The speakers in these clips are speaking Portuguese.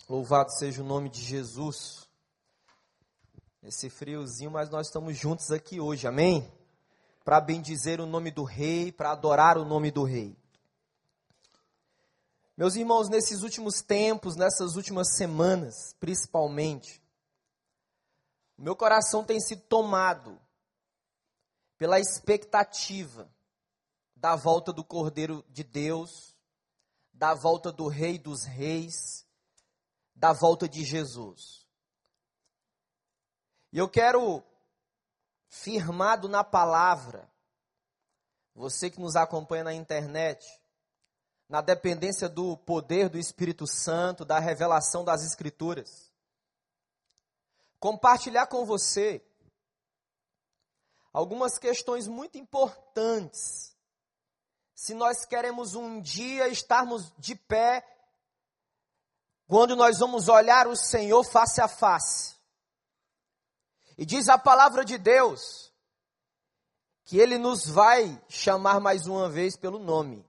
Louvado seja o nome de Jesus. Esse friozinho, mas nós estamos juntos aqui hoje, amém? Para bendizer o nome do Rei, para adorar o nome do Rei. Meus irmãos, nesses últimos tempos, nessas últimas semanas, principalmente, o meu coração tem sido tomado pela expectativa da volta do Cordeiro de Deus, da volta do Rei dos Reis, da volta de Jesus. E eu quero, firmado na palavra, você que nos acompanha na internet, na dependência do poder do Espírito Santo, da revelação das Escrituras, compartilhar com você algumas questões muito importantes, se nós queremos um dia estarmos de pé, quando nós vamos olhar o Senhor face a face. E diz a palavra de Deus, que Ele nos vai chamar mais uma vez pelo nome.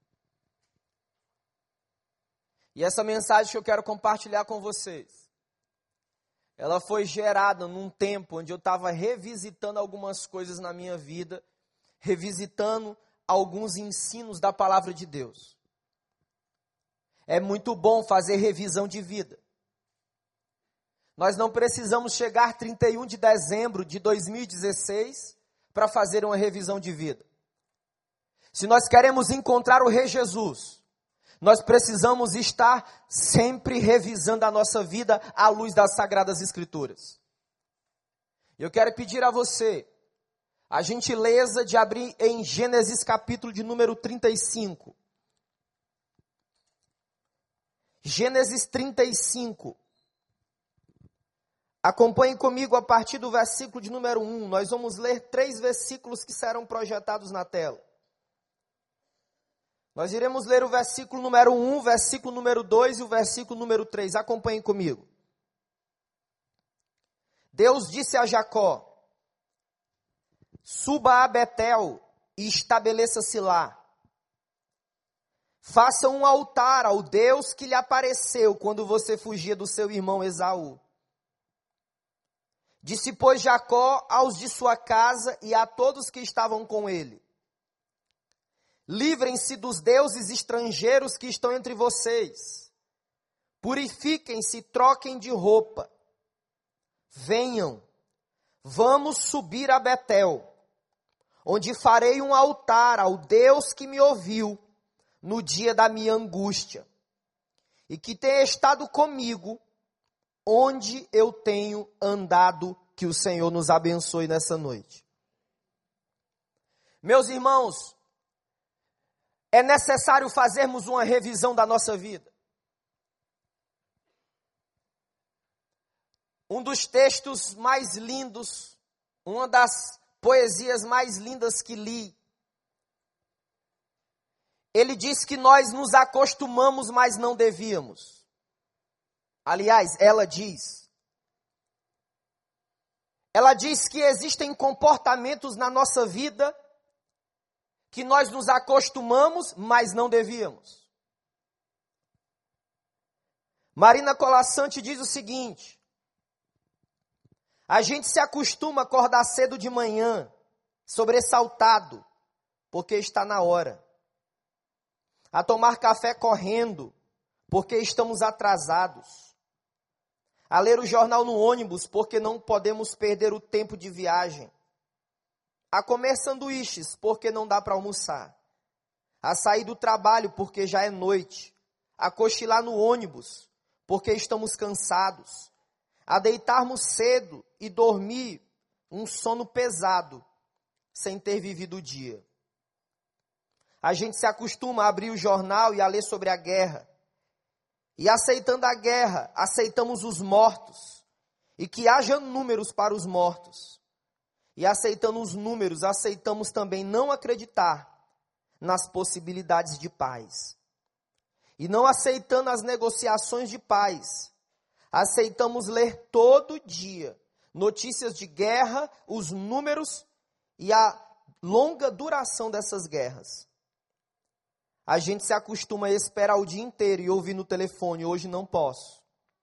E essa mensagem que eu quero compartilhar com vocês, ela foi gerada num tempo onde eu estava revisitando algumas coisas na minha vida, revisitando alguns ensinos da palavra de Deus. É muito bom fazer revisão de vida. Nós não precisamos chegar 31 de dezembro de 2016 para fazer uma revisão de vida. Se nós queremos encontrar o Rei Jesus, nós precisamos estar sempre revisando a nossa vida à luz das Sagradas Escrituras. Eu quero pedir a você a gentileza de abrir em Gênesis capítulo de número 35. Gênesis 35. Acompanhe comigo a partir do versículo de número 1. Nós vamos ler 3 versículos que serão projetados na tela. Nós iremos ler o versículo número 1, o versículo número 2 e o versículo número 3. Acompanhe comigo. Deus disse a Jacó: suba a Betel e estabeleça-se lá. Faça um altar ao Deus que lhe apareceu quando você fugia do seu irmão Esaú. Disse, pois, Jacó aos de sua casa e a todos que estavam com ele: livrem-se dos deuses estrangeiros que estão entre vocês. Purifiquem-se, troquem de roupa. Venham, vamos subir a Betel, onde farei um altar ao Deus que me ouviu no dia da minha angústia, e que tem estado comigo, onde eu tenho andado. Que o Senhor nos abençoe nessa noite. Meus irmãos, é necessário fazermos uma revisão da nossa vida. Um dos textos mais lindos, uma das poesias mais lindas que li, ele diz que nós nos acostumamos, mas não devíamos. Aliás, ela diz que existem comportamentos na nossa vida que nós nos acostumamos, mas não devíamos. Marina Colasanti diz o seguinte: a gente se acostuma a acordar cedo de manhã, sobressaltado, porque está na hora. A tomar café correndo, porque estamos atrasados. A ler o jornal no ônibus, porque não podemos perder o tempo de viagem. A comer sanduíches, porque não dá para almoçar. A sair do trabalho, porque já é noite. A cochilar no ônibus, porque estamos cansados. A deitarmos cedo e dormir um sono pesado, sem ter vivido o dia. A gente se acostuma a abrir o jornal e a ler sobre a guerra. E aceitando a guerra, aceitamos os mortos. E que haja números para os mortos. E aceitando os números, aceitamos também não acreditar nas possibilidades de paz. E não aceitando as negociações de paz, aceitamos ler todo dia notícias de guerra, os números e a longa duração dessas guerras. A gente se acostuma a esperar o dia inteiro e ouvir no telefone: hoje não posso,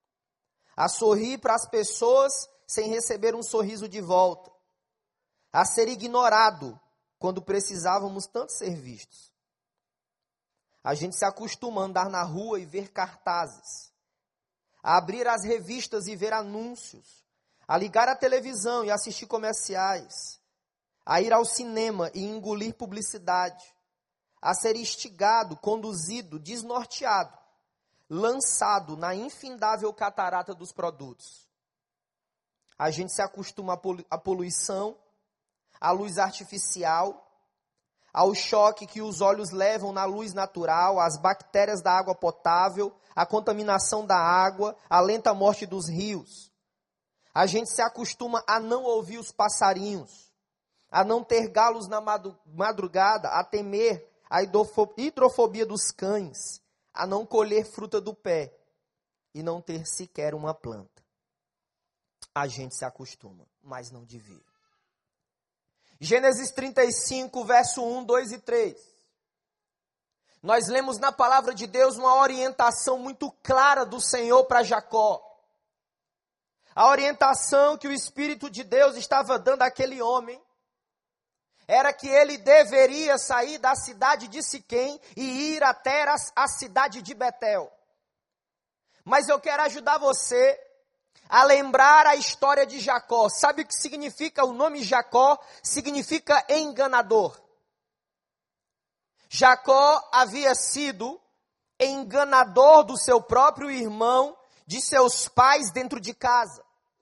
a sorrir para as pessoas sem receber um sorriso de volta, a ser ignorado quando precisávamos tanto ser vistos. A gente se acostuma a andar na rua e ver cartazes, a abrir as revistas e ver anúncios, a ligar a televisão e assistir comerciais, a ir ao cinema e engolir publicidade, a ser instigado, conduzido, desnorteado, lançado na infindável catarata dos produtos. A gente se acostuma à poluição, à luz artificial, ao choque que os olhos levam na luz natural, às bactérias da água potável, à contaminação da água, à lenta morte dos rios. A gente se acostuma a não ouvir os passarinhos, a não ter galos na madrugada, a temer a hidrofobia dos cães, a não colher fruta do pé e não ter sequer uma planta. A gente se acostuma, mas não devia. Gênesis 35, verso 1, 2 e 3. Nós lemos na palavra de Deus uma orientação muito clara do Senhor para Jacó. A orientação que o Espírito de Deus estava dando àquele homem era que ele deveria sair da cidade de Siquém e ir até a cidade de Betel. Mas eu quero ajudar você a lembrar a história de Jacó. Sabe o que significa o nome Jacó? Significa enganador. Jacó havia sido enganador do seu próprio irmão, de seus pais dentro de casa.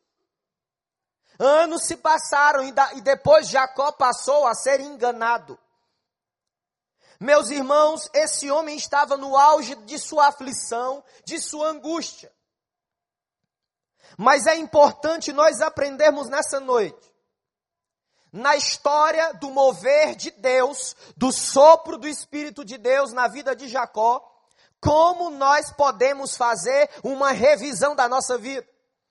Anos se passaram e depois Jacó passou a ser enganado. Meus irmãos, esse homem estava no auge de sua aflição, de sua angústia. Mas é importante nós aprendermos nessa noite, na história do mover de Deus, do sopro do Espírito de Deus na vida de Jacó, como nós podemos fazer uma revisão da nossa vida.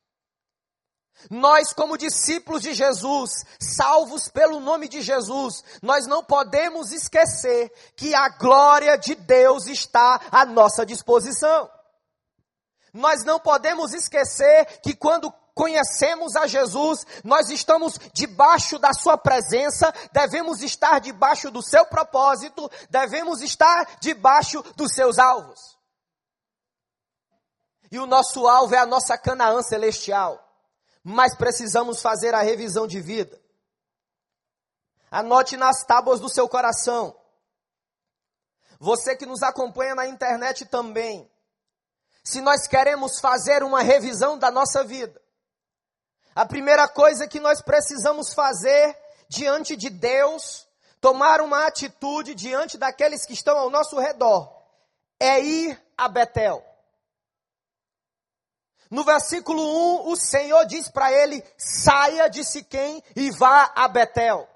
Nós, como discípulos de Jesus, salvos pelo nome de Jesus, nós não podemos esquecer que a glória de Deus está à nossa disposição. Nós não podemos esquecer que quando conhecemos a Jesus, nós estamos debaixo da sua presença, devemos estar debaixo do seu propósito, devemos estar debaixo dos seus alvos. E o nosso alvo é a nossa Canaã celestial. Mas precisamos fazer a revisão de vida. Anote nas tábuas do seu coração. Você que nos acompanha na internet também. Se nós queremos fazer uma revisão da nossa vida, a primeira coisa que nós precisamos fazer diante de Deus, tomar uma atitude diante daqueles que estão ao nosso redor, é ir a Betel. No versículo 1, o Senhor diz para ele, saia de Siquém e vá a Betel.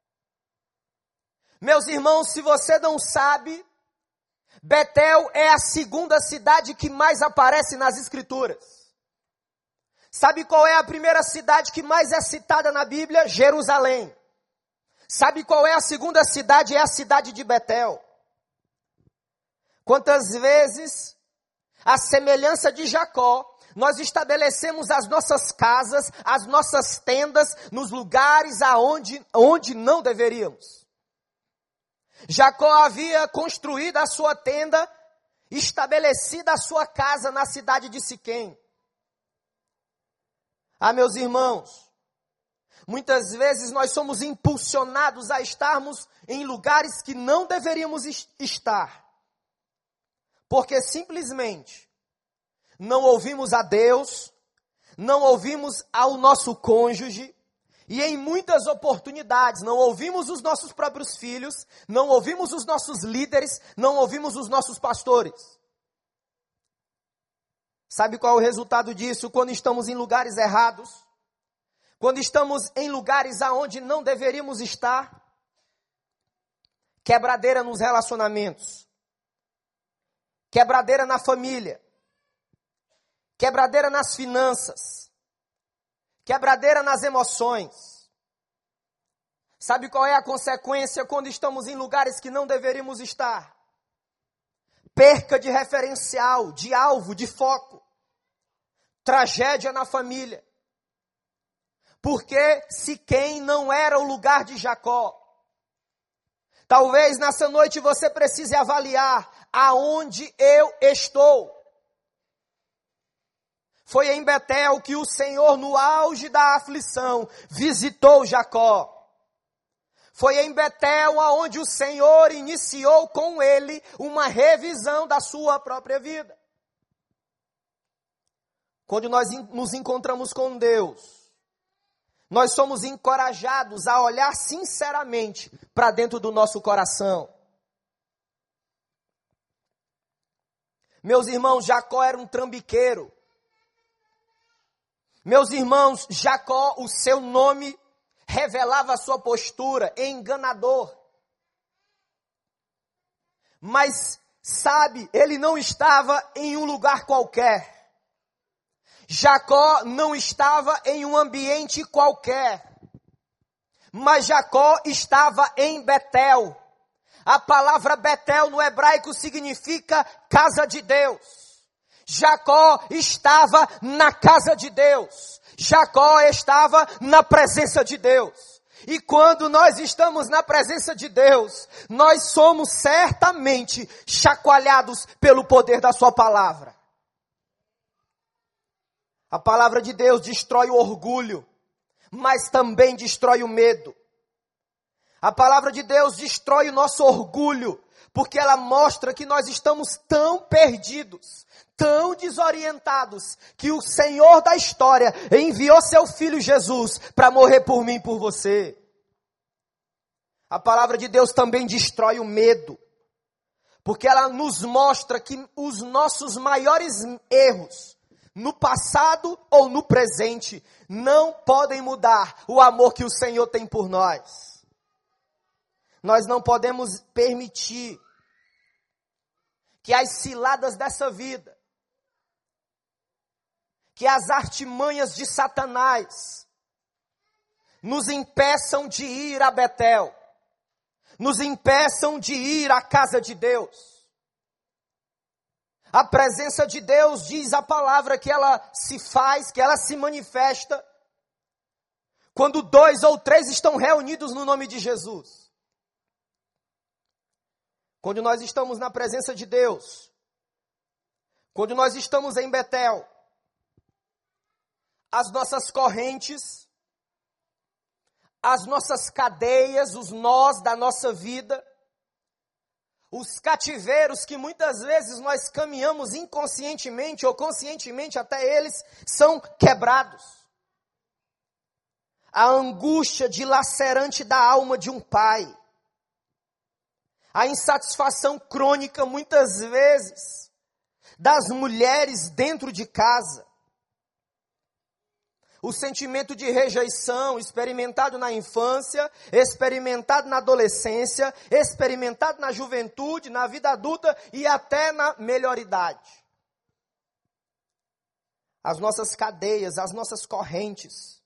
Meus irmãos, se você não sabe, Betel é a segunda cidade que mais aparece nas Escrituras. Sabe qual é a primeira cidade que mais é citada na Bíblia? Jerusalém. Sabe qual é a segunda cidade? É a cidade de Betel. Quantas vezes, a semelhança de Jacó, nós estabelecemos as nossas casas, as nossas tendas, nos lugares onde não deveríamos. Jacó havia construído a sua tenda, estabelecida a sua casa na cidade de Siquém. Ah, meus irmãos, muitas vezes nós somos impulsionados a estarmos em lugares que não deveríamos estar, porque simplesmente não ouvimos a Deus, não ouvimos ao nosso cônjuge, e em muitas oportunidades não ouvimos os nossos próprios filhos, não ouvimos os nossos líderes, não ouvimos os nossos pastores. Sabe qual é o resultado disso? Quando estamos em lugares errados, quando estamos em lugares aonde não deveríamos estar, quebradeira nos relacionamentos, quebradeira na família, quebradeira nas finanças, quebradeira nas emoções. Sabe qual é a consequência quando estamos em lugares que não deveríamos estar? Perca de referencial, de alvo, de foco. tragédia na família. Porque Siquém não era o lugar de Jacó. Talvez nessa noite você precise avaliar aonde eu estou. Foi em Betel que o Senhor, no auge da aflição, visitou Jacó. Foi em Betel aonde o Senhor iniciou com ele uma revisão da sua própria vida. Quando nós nos encontramos com Deus, nós somos encorajados a olhar sinceramente para dentro do nosso coração. Meus irmãos, Jacó era um trambiqueiro. Meus irmãos, Jacó, o seu nome revelava a sua postura, enganador. Mas, sabe, ele não estava em um lugar qualquer. Jacó não estava em um ambiente qualquer, mas Jacó estava em Betel. A palavra Betel no hebraico significa casa de Deus. Jacó estava na casa de Deus. Jacó estava na presença de Deus. E quando nós estamos na presença de Deus, nós somos certamente chacoalhados pelo poder da sua palavra. A palavra de Deus destrói o orgulho, mas também destrói o medo. A palavra de Deus destrói o nosso orgulho, porque ela mostra que nós estamos tão perdidos, tão desorientados, que o Senhor da história enviou seu Filho Jesus para morrer por mim e por você. A palavra de Deus também destrói o medo, porque ela nos mostra que os nossos maiores erros, no passado ou no presente, não podem mudar o amor que o Senhor tem por nós. Nós não podemos permitir que as ciladas dessa vida, que as artimanhas de Satanás, nos impeçam de ir a Betel, nos impeçam de ir à casa de Deus. A presença de Deus, diz a palavra, que ela se faz, que ela se manifesta, quando 2 ou 3 estão reunidos no nome de Jesus. Quando nós estamos na presença de Deus, quando nós estamos em Betel, as nossas correntes, as nossas cadeias, os nós da nossa vida, os cativeiros que muitas vezes nós caminhamos inconscientemente ou conscientemente até eles, são quebrados. A angústia dilacerante da alma de um pai, a insatisfação crônica muitas vezes das mulheres dentro de casa, o sentimento de rejeição experimentado na infância, experimentado na adolescência, experimentado na juventude, na vida adulta e até na melhoridade. As nossas cadeias, as nossas correntes,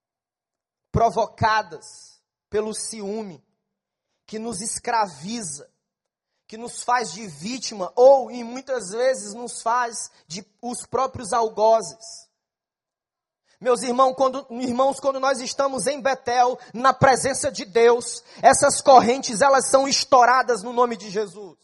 provocadas pelo ciúme, que nos escraviza, que nos faz de vítima ou, e muitas vezes, nos faz de os próprios algozes. Meus irmãos, quando nós estamos em Betel, na presença de Deus, essas correntes, elas são estouradas no nome de Jesus.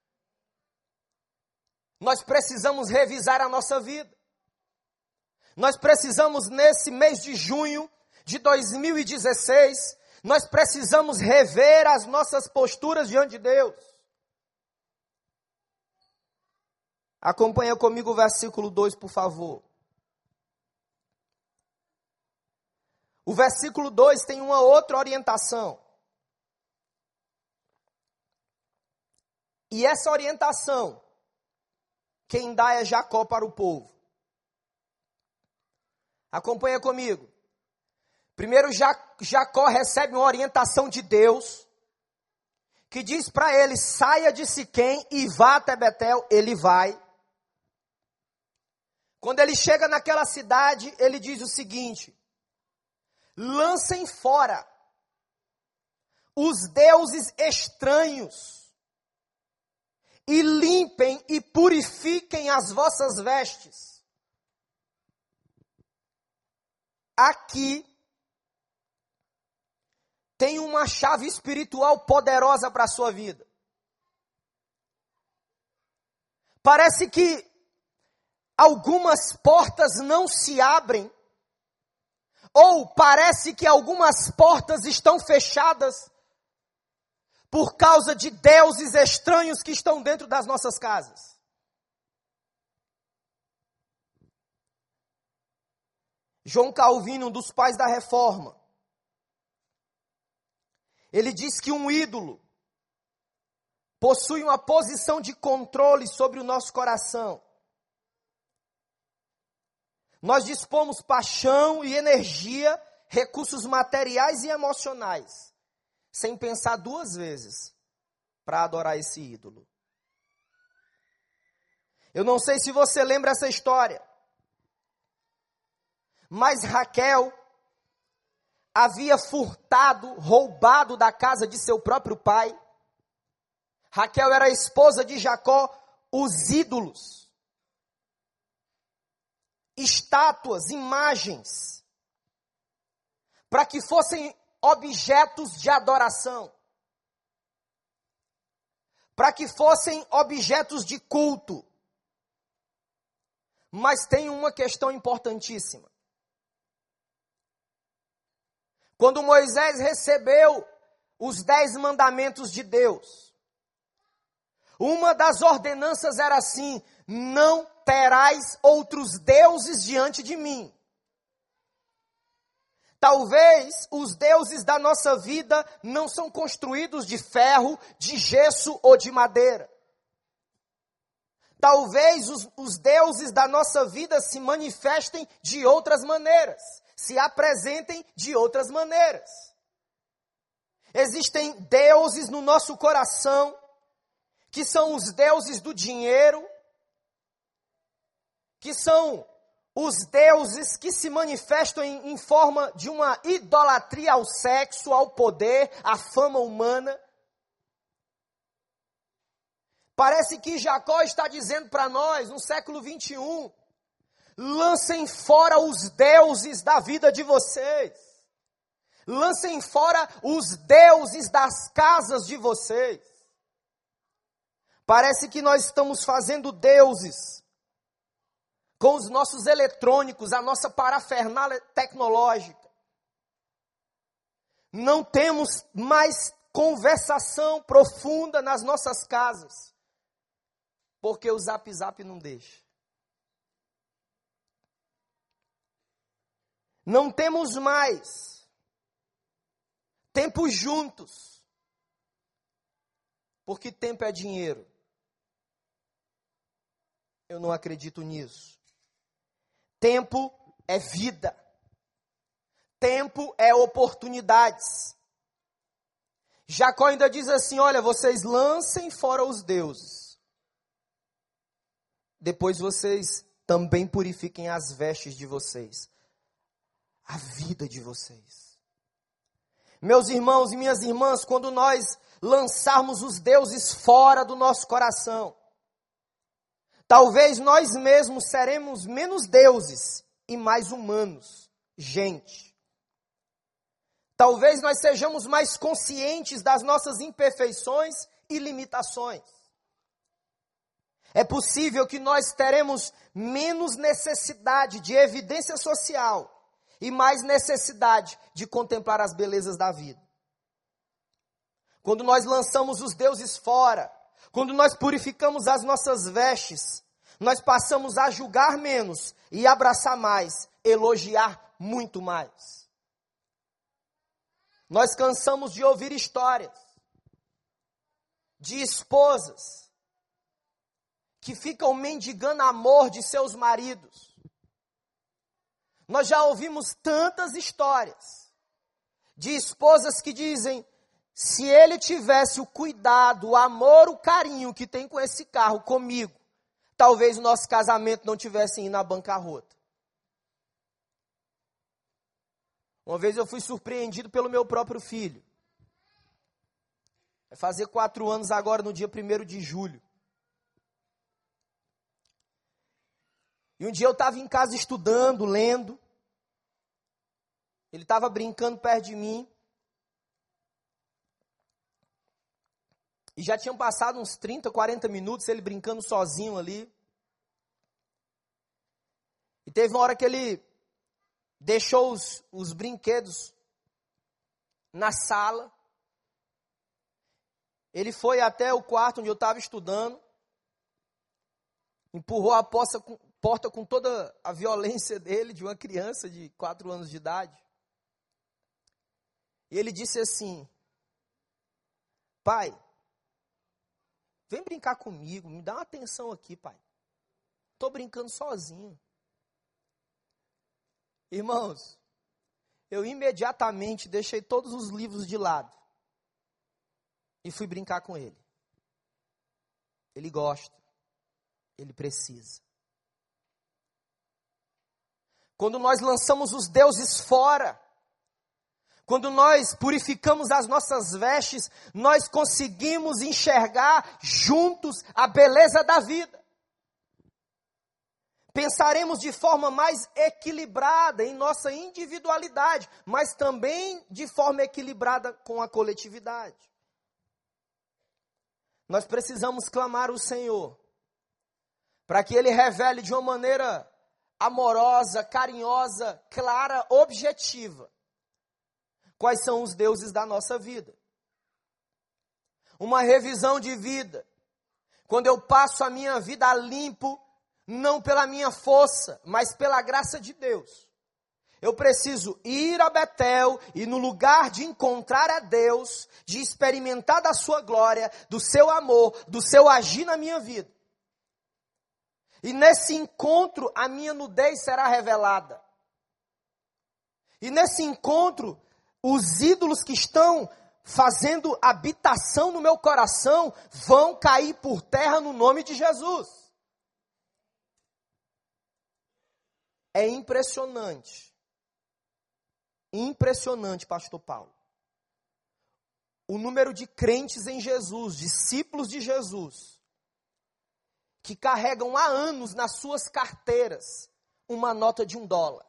Nós precisamos revisar a nossa vida. Nós precisamos, nesse mês de junho de 2016, nós precisamos rever as nossas posturas diante de Deus. Acompanha comigo o versículo 2, por favor. O versículo 2 tem uma outra orientação. E essa orientação, quem dá é Jacó para o povo. Acompanha comigo. Primeiro, Jacó recebe uma orientação de Deus, que diz para ele, saia de Siquém e vá até Betel. Ele vai. Quando ele chega naquela cidade, ele diz o seguinte: lancem fora os deuses estranhos e limpem e purifiquem as vossas vestes. aqui tem uma chave espiritual poderosa para a sua vida. Parece que algumas portas não se abrem, ou parece que algumas portas estão fechadas por causa de deuses estranhos que estão dentro das nossas casas. João Calvino, um dos pais da Reforma, ele diz que um ídolo possui uma posição de controle sobre o nosso coração. Nós dispomos paixão e energia, recursos materiais e emocionais, sem pensar duas vezes para adorar esse ídolo. Eu não sei se você lembra essa história, mas Raquel havia furtado, roubado da casa de seu próprio pai. Raquel era a esposa de Jacó, os ídolos, estátuas, imagens, para que fossem objetos de adoração, para que fossem objetos de culto. Mas tem uma questão importantíssima. Quando Moisés recebeu os 10 mandamentos de Deus, uma das ordenanças era assim: não terás outros deuses diante de mim. Talvez os deuses da nossa vida não são construídos de ferro, de gesso ou de madeira. Talvez os deuses da nossa vida se manifestem de outras maneiras, se apresentem de outras maneiras. Existem deuses no nosso coração, que são os deuses do dinheiro, que são os deuses que se manifestam em forma de uma idolatria ao sexo, ao poder, à fama humana. Parece que Jacó está dizendo para nós, no século 21, lancem fora os deuses da vida de vocês. Lancem fora os deuses das casas de vocês. Parece que nós estamos fazendo deuses com os nossos eletrônicos, a nossa parafernália tecnológica. Não temos mais conversação profunda nas nossas casas, porque o Zap Zap não deixa. Não temos mais tempo juntos, porque tempo é dinheiro. Eu não acredito nisso. Tempo é vida. Tempo é oportunidades. Jacó ainda diz assim: olha, vocês lancem fora os deuses. Depois vocês também purifiquem as vestes de vocês. A vida de vocês. Meus irmãos e minhas irmãs, quando nós lançarmos os deuses fora do nosso coração, talvez nós mesmos seremos menos deuses e mais humanos, gente. Talvez nós sejamos mais conscientes das nossas imperfeições e limitações. É possível que nós teremos menos necessidade de evidência social e mais necessidade de contemplar as belezas da vida. Quando nós lançamos os deuses fora, quando nós purificamos as nossas vestes, nós passamos a julgar menos e abraçar mais, elogiar muito mais. Nós cansamos de ouvir histórias de esposas que ficam mendigando amor de seus maridos. Nós já ouvimos tantas histórias de esposas que dizem: se ele tivesse o cuidado, o amor, o carinho que tem com esse carro comigo, talvez o nosso casamento não tivesse ido na bancarrota. Uma vez eu fui surpreendido pelo meu próprio filho. Vai fazer 4 anos agora, no dia 1º de julho. E um dia eu estava em casa estudando, lendo. Ele estava brincando perto de mim. E já tinham passado uns 30, 40 minutos, ele brincando sozinho ali. E teve uma hora que ele deixou os brinquedos na sala. Ele foi até o quarto onde eu estava estudando. Empurrou a porta com toda a violência dele, de uma criança de 4 anos de idade. E ele disse assim: pai, vem brincar comigo, me dá uma atenção aqui, pai. Estou brincando sozinho. Irmãos, eu imediatamente deixei todos os livros de lado e fui brincar com ele. Ele gosta, ele precisa. Quando nós lançamos os deuses fora, quando nós purificamos as nossas vestes, nós conseguimos enxergar juntos a beleza da vida. Pensaremos de forma mais equilibrada em nossa individualidade, mas também de forma equilibrada com a coletividade. Nós precisamos clamar ao Senhor, para que Ele revele de uma maneira amorosa, carinhosa, clara, objetiva, quais são os deuses da nossa vida. Uma revisão de vida, quando eu passo a minha vida a limpo, não pela minha força, mas pela graça de Deus. Eu preciso ir a Betel e no lugar de encontrar a Deus, de experimentar da sua glória, do seu amor, do seu agir na minha vida. E nesse encontro a minha nudez será revelada. E nesse encontro os ídolos que estão fazendo habitação no meu coração vão cair por terra no nome de Jesus. É impressionante, pastor Paulo, o número de crentes em Jesus, discípulos de Jesus, que carregam há anos nas suas carteiras uma nota de $1.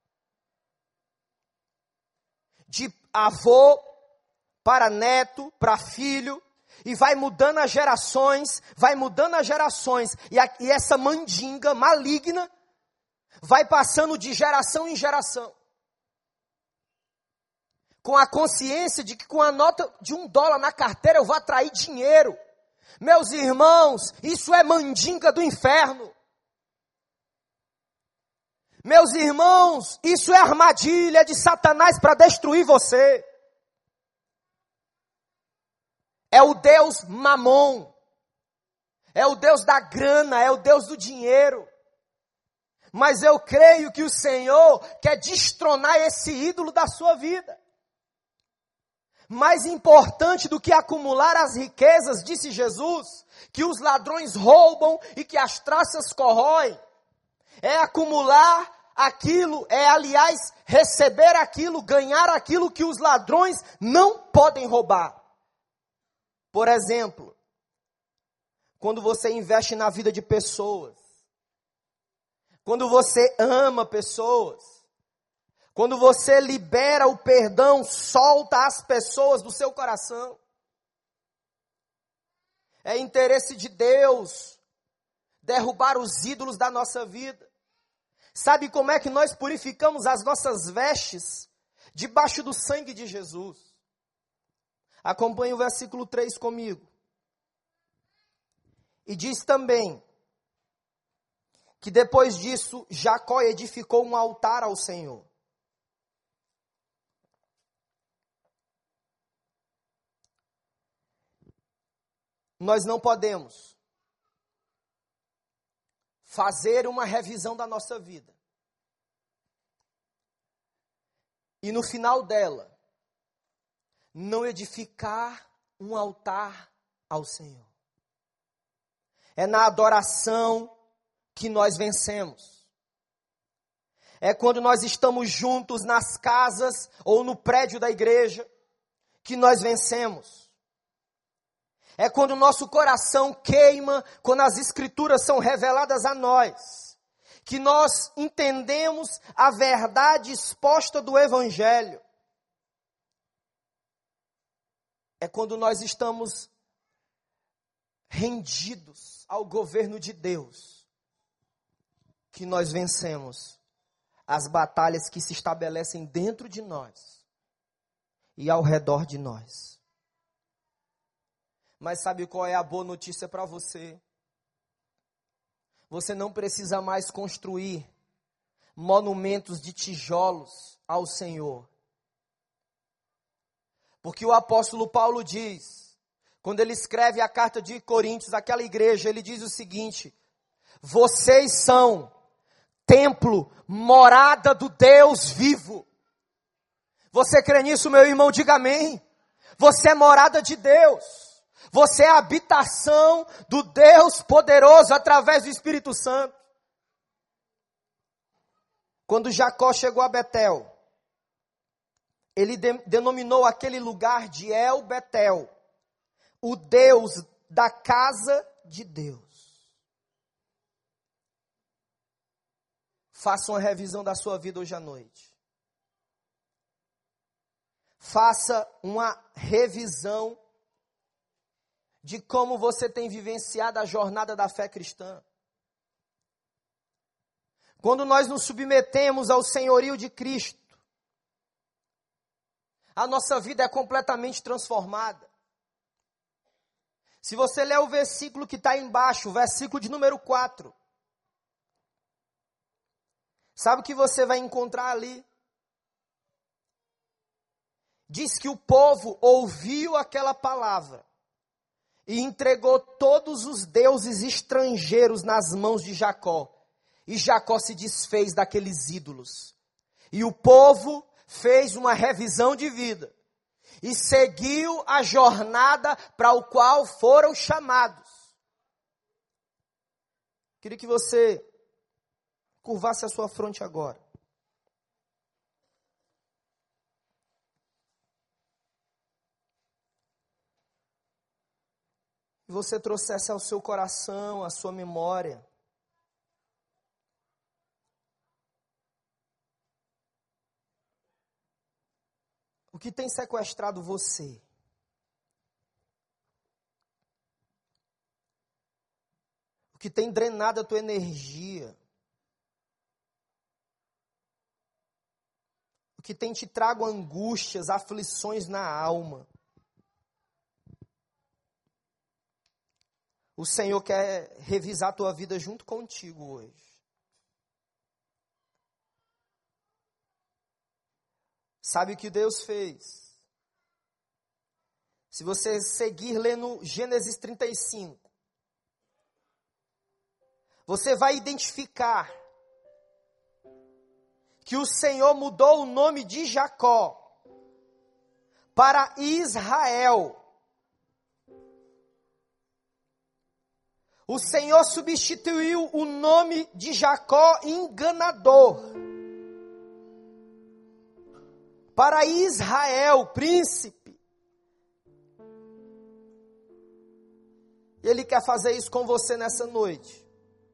De avô para neto, para filho, e vai mudando as gerações, e essa mandinga maligna vai passando de geração em geração, com a consciência de que com a nota de $1 na carteira eu vou atrair dinheiro. Meus irmãos, isso é mandinga do inferno. Meus irmãos, isso é armadilha de Satanás para destruir você. É o Deus Mamon, é o Deus da grana, é o Deus do dinheiro. Mas eu creio que o Senhor quer destronar esse ídolo da sua vida. Mais importante do que acumular as riquezas, disse Jesus, que os ladrões roubam e que as traças corroem, é acumular aquilo, aliás, receber aquilo, ganhar aquilo que os ladrões não podem roubar. Por exemplo, quando você investe na vida de pessoas, quando você ama pessoas, quando você libera o perdão, solta as pessoas do seu coração. É interesse de Deus derrubar os ídolos da nossa vida. Sabe como é que nós purificamos as nossas vestes? Debaixo do sangue de Jesus. Acompanhe o versículo 3 comigo. E diz também que depois disso Jacó edificou um altar ao Senhor. Nós não podemos fazer uma revisão da nossa vida e no final dela não edificar um altar ao Senhor. É na adoração que nós vencemos. É quando nós estamos juntos nas casas ou no prédio da igreja que nós vencemos. É quando o nosso coração queima, quando as escrituras são reveladas a nós. que nós entendemos a verdade exposta do Evangelho, é quando nós estamos rendidos ao governo de Deus, que nós vencemos as batalhas que se estabelecem dentro de nós e ao redor de nós. Mas sabe qual é a boa notícia para você? Você não precisa mais construir monumentos de tijolos ao Senhor. Porque o apóstolo Paulo diz, quando ele escreve a carta de Coríntios, aquela igreja, ele diz o seguinte: vocês são templo, morada do Deus vivo. Você crê nisso, meu irmão? Diga amém. Você é morada de Deus. Você é a habitação do Deus poderoso através do Espírito Santo. Quando Jacó chegou a Betel, ele denominou aquele lugar de El Betel, o Deus da casa de Deus. Faça uma revisão da sua vida hoje à noite. Faça uma revisão de como você tem vivenciado a jornada da fé cristã. Quando nós nos submetemos ao senhorio de Cristo, a nossa vida é completamente transformada. Se você ler o versículo que está embaixo, o versículo de número 4, sabe o que você vai encontrar ali? Diz que o povo ouviu aquela palavra e entregou todos os deuses estrangeiros nas mãos de Jacó. E Jacó se desfez daqueles ídolos. E o povo fez uma revisão de vida. E seguiu a jornada para o qual foram chamados. Queria que você curvasse a sua fronte agora. Você trouxesse ao seu coração, à sua memória, o que tem sequestrado você? O que tem drenado a tua energia? O que tem te trago angústias, aflições na alma? O Senhor quer revisar a tua vida junto contigo hoje. Sabe o que Deus fez? Se você seguir lendo Gênesis 35, você vai identificar que o Senhor mudou o nome de Jacó para Israel. O Senhor substituiu o nome de Jacó enganador para Israel, príncipe. Ele quer fazer isso com você nessa noite.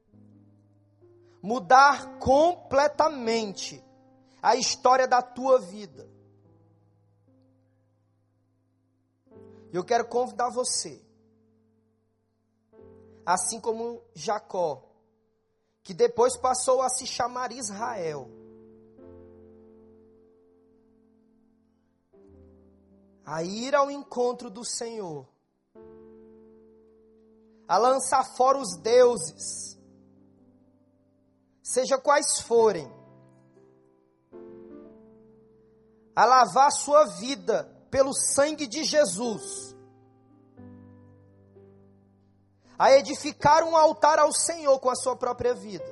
Mudar completamente a história da tua vida. Eu quero convidar você, assim como Jacó, que depois passou a se chamar Israel, a ir ao encontro do Senhor, a lançar fora os deuses, seja quais forem, a lavar sua vida pelo sangue de Jesus, a edificar um altar ao Senhor com a sua própria vida.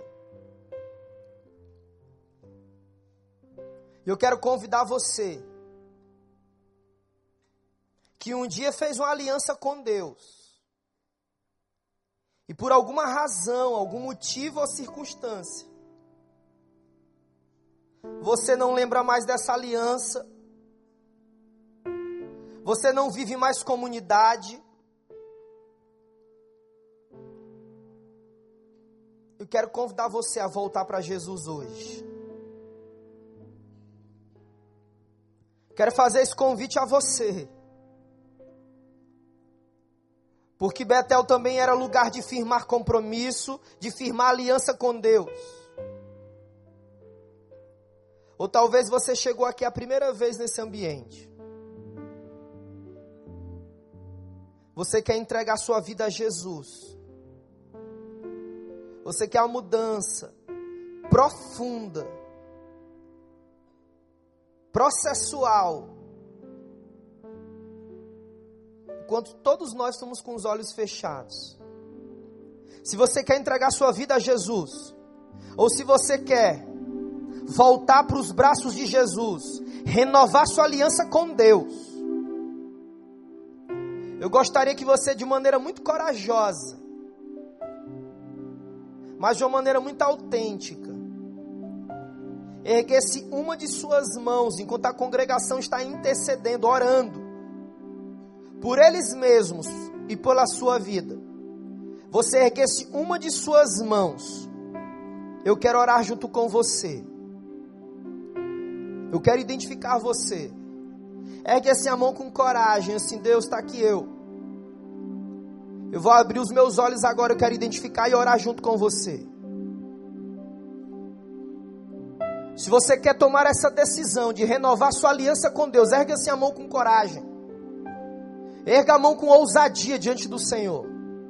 Eu quero convidar você, que um dia fez uma aliança com Deus, e por alguma razão, algum motivo ou circunstância, você não lembra mais dessa aliança, você não vive mais comunidade, Eu quero convidar você a voltar para Jesus hoje. Quero fazer esse convite a você. Porque Betel também era lugar de firmar compromisso, de firmar aliança com Deus. Ou talvez você chegou aqui a primeira vez nesse ambiente. Você quer entregar sua vida a Jesus. Você quer uma mudança profunda, processual. Enquanto todos nós estamos com os olhos fechados. Se você quer entregar sua vida a Jesus, ou se você quer voltar para os braços de Jesus, renovar sua aliança com Deus, eu gostaria que você, de maneira muito corajosa, mas de uma maneira muito autêntica, erguesse uma de suas mãos, enquanto a congregação está intercedendo, orando, por eles mesmos e pela sua vida. Você erguesse uma de suas mãos. Eu quero orar junto com você. Eu quero identificar você. Ergue assim a mão com coragem, assim: Deus, está aqui eu. Eu vou abrir os meus olhos agora, eu quero identificar e orar junto com você. Se você quer tomar essa decisão de renovar sua aliança com Deus, ergue assim a mão com coragem. Erga a mão com ousadia diante do Senhor.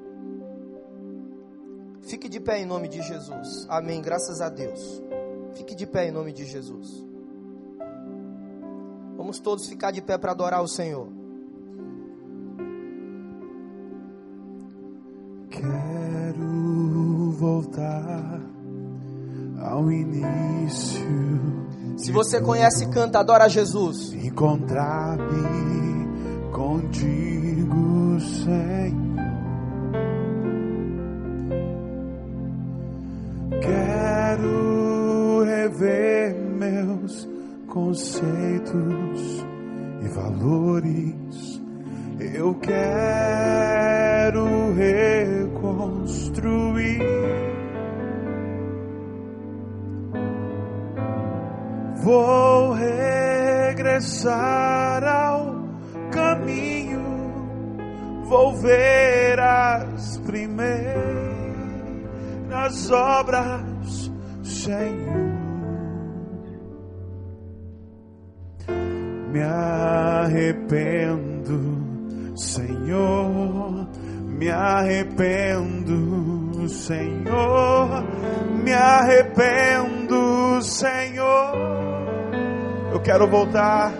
Fique de pé em nome de Jesus. Amém, graças a Deus. Fique de pé em nome de Jesus. Vamos todos ficar de pé para adorar o Senhor. Quero voltar ao início. Se você conhece e canta, adora a Jesus. Encontrar-me contigo, Senhor. Quero rever meus conceitos e valores. Eu quero reconstruir. Vou regressar ao caminho. Vou ver as primeiras obras, Senhor. Me arrependo, Senhor, me arrependo, Senhor, me arrependo, Senhor. Eu quero voltar,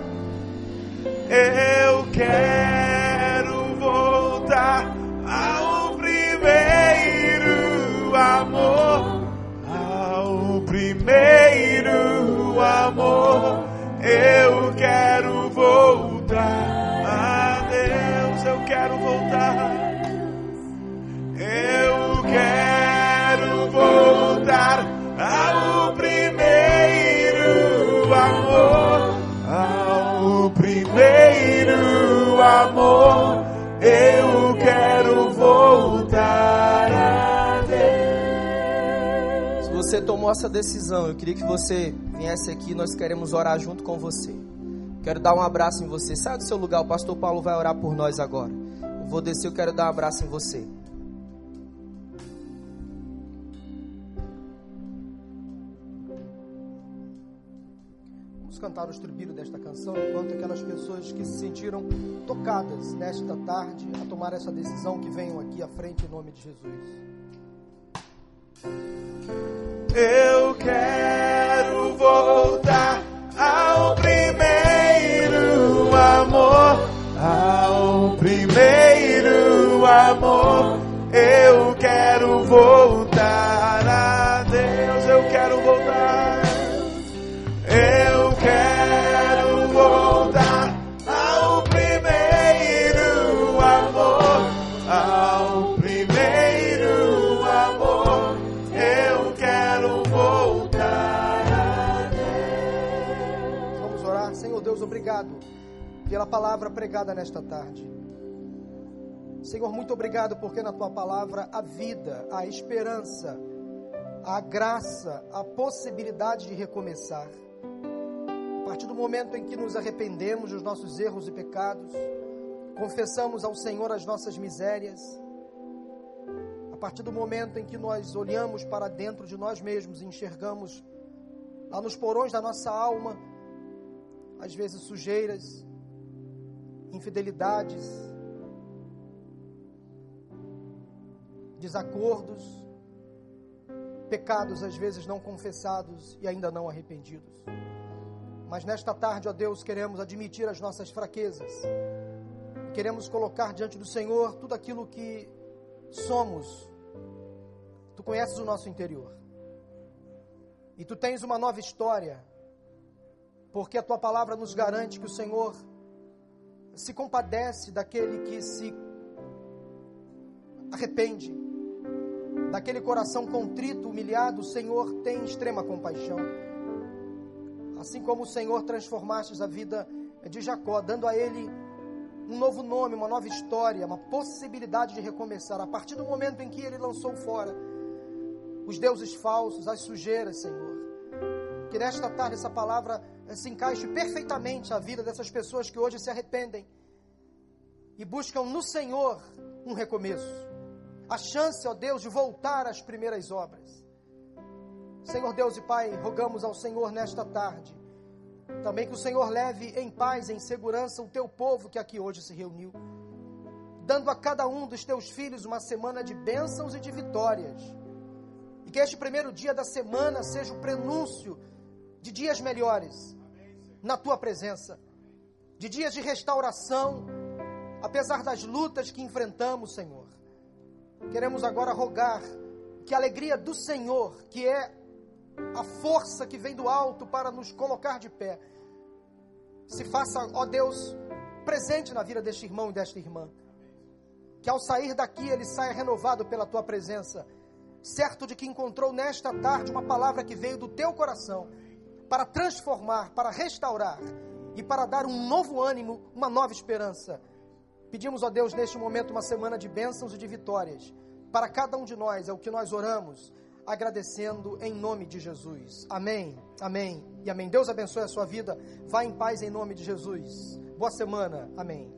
eu quero voltar ao primeiro amor, ao primeiro amor. Eu quero voltar a Deus, eu quero voltar. Eu quero voltar ao primeiro amor, ao primeiro amor. Eu quero voltar a Deus. Se você tomou essa decisão, eu queria que você viesse aqui, nós queremos orar junto com você. Quero dar um abraço em você. Sai do seu lugar, o pastor Paulo vai orar por nós agora. Eu vou descer, eu quero dar um abraço em você. Vamos cantar o estribilho desta canção, enquanto aquelas pessoas que se sentiram tocadas nesta tarde a tomar essa decisão, que venham aqui à frente em nome de Jesus. Eu quero voltar ao primeiro amor, ao primeiro amor. Eu quero voltar a Deus, eu quero voltar. Eu quero voltar ao primeiro amor, ao primeiro amor. Eu quero voltar a Deus. Vamos orar. Senhor Deus, obrigado pela palavra pregada nesta tarde. Senhor, muito obrigado porque na Tua palavra há vida, há esperança, a graça, a possibilidade de recomeçar. A partir do momento em que nos arrependemos dos nossos erros e pecados, confessamos ao Senhor as nossas misérias, a partir do momento em que nós olhamos para dentro de nós mesmos e enxergamos lá nos porões da nossa alma, às vezes sujeiras, infidelidades, desacordos, pecados às vezes não confessados e ainda não arrependidos. Mas nesta tarde, ó Deus, queremos admitir as nossas fraquezas. Queremos colocar diante do Senhor tudo aquilo que somos. Tu conheces o nosso interior. E Tu tens uma nova história, porque a Tua palavra nos garante que o Senhor se compadece daquele que se arrepende, daquele coração contrito, humilhado. O Senhor tem extrema compaixão. Assim como o Senhor transformaste a vida de Jacó, dando a ele um novo nome, uma nova história, uma possibilidade de recomeçar. A partir do momento em que ele lançou fora os deuses falsos, as sujeiras, Senhor, que nesta tarde essa palavra se encaixe perfeitamente na vida dessas pessoas que hoje se arrependem e buscam no Senhor um recomeço, a chance, ó Deus, de voltar às primeiras obras. Senhor Deus e Pai, rogamos ao Senhor nesta tarde, também que o Senhor leve em paz, em segurança o Teu povo que aqui hoje se reuniu, dando a cada um dos Teus filhos uma semana de bênçãos e de vitórias, e que este primeiro dia da semana seja o prenúncio de dias melhores, na Tua presença, de dias de restauração, apesar das lutas que enfrentamos, Senhor. Queremos agora rogar que a alegria do Senhor, que é a força que vem do alto para nos colocar de pé, se faça, ó Deus, presente na vida deste irmão e desta irmã. Que ao sair daqui ele saia renovado pela Tua presença, certo de que encontrou nesta tarde uma palavra que veio do Teu coração para transformar, para restaurar e para dar um novo ânimo, uma nova esperança. Pedimos, ó Deus, neste momento uma semana de bênçãos e de vitórias para cada um de nós. É o que nós oramos, agradecendo em nome de Jesus. Amém, amém e amém. Deus abençoe a sua vida. Vá em paz em nome de Jesus. Boa semana. Amém.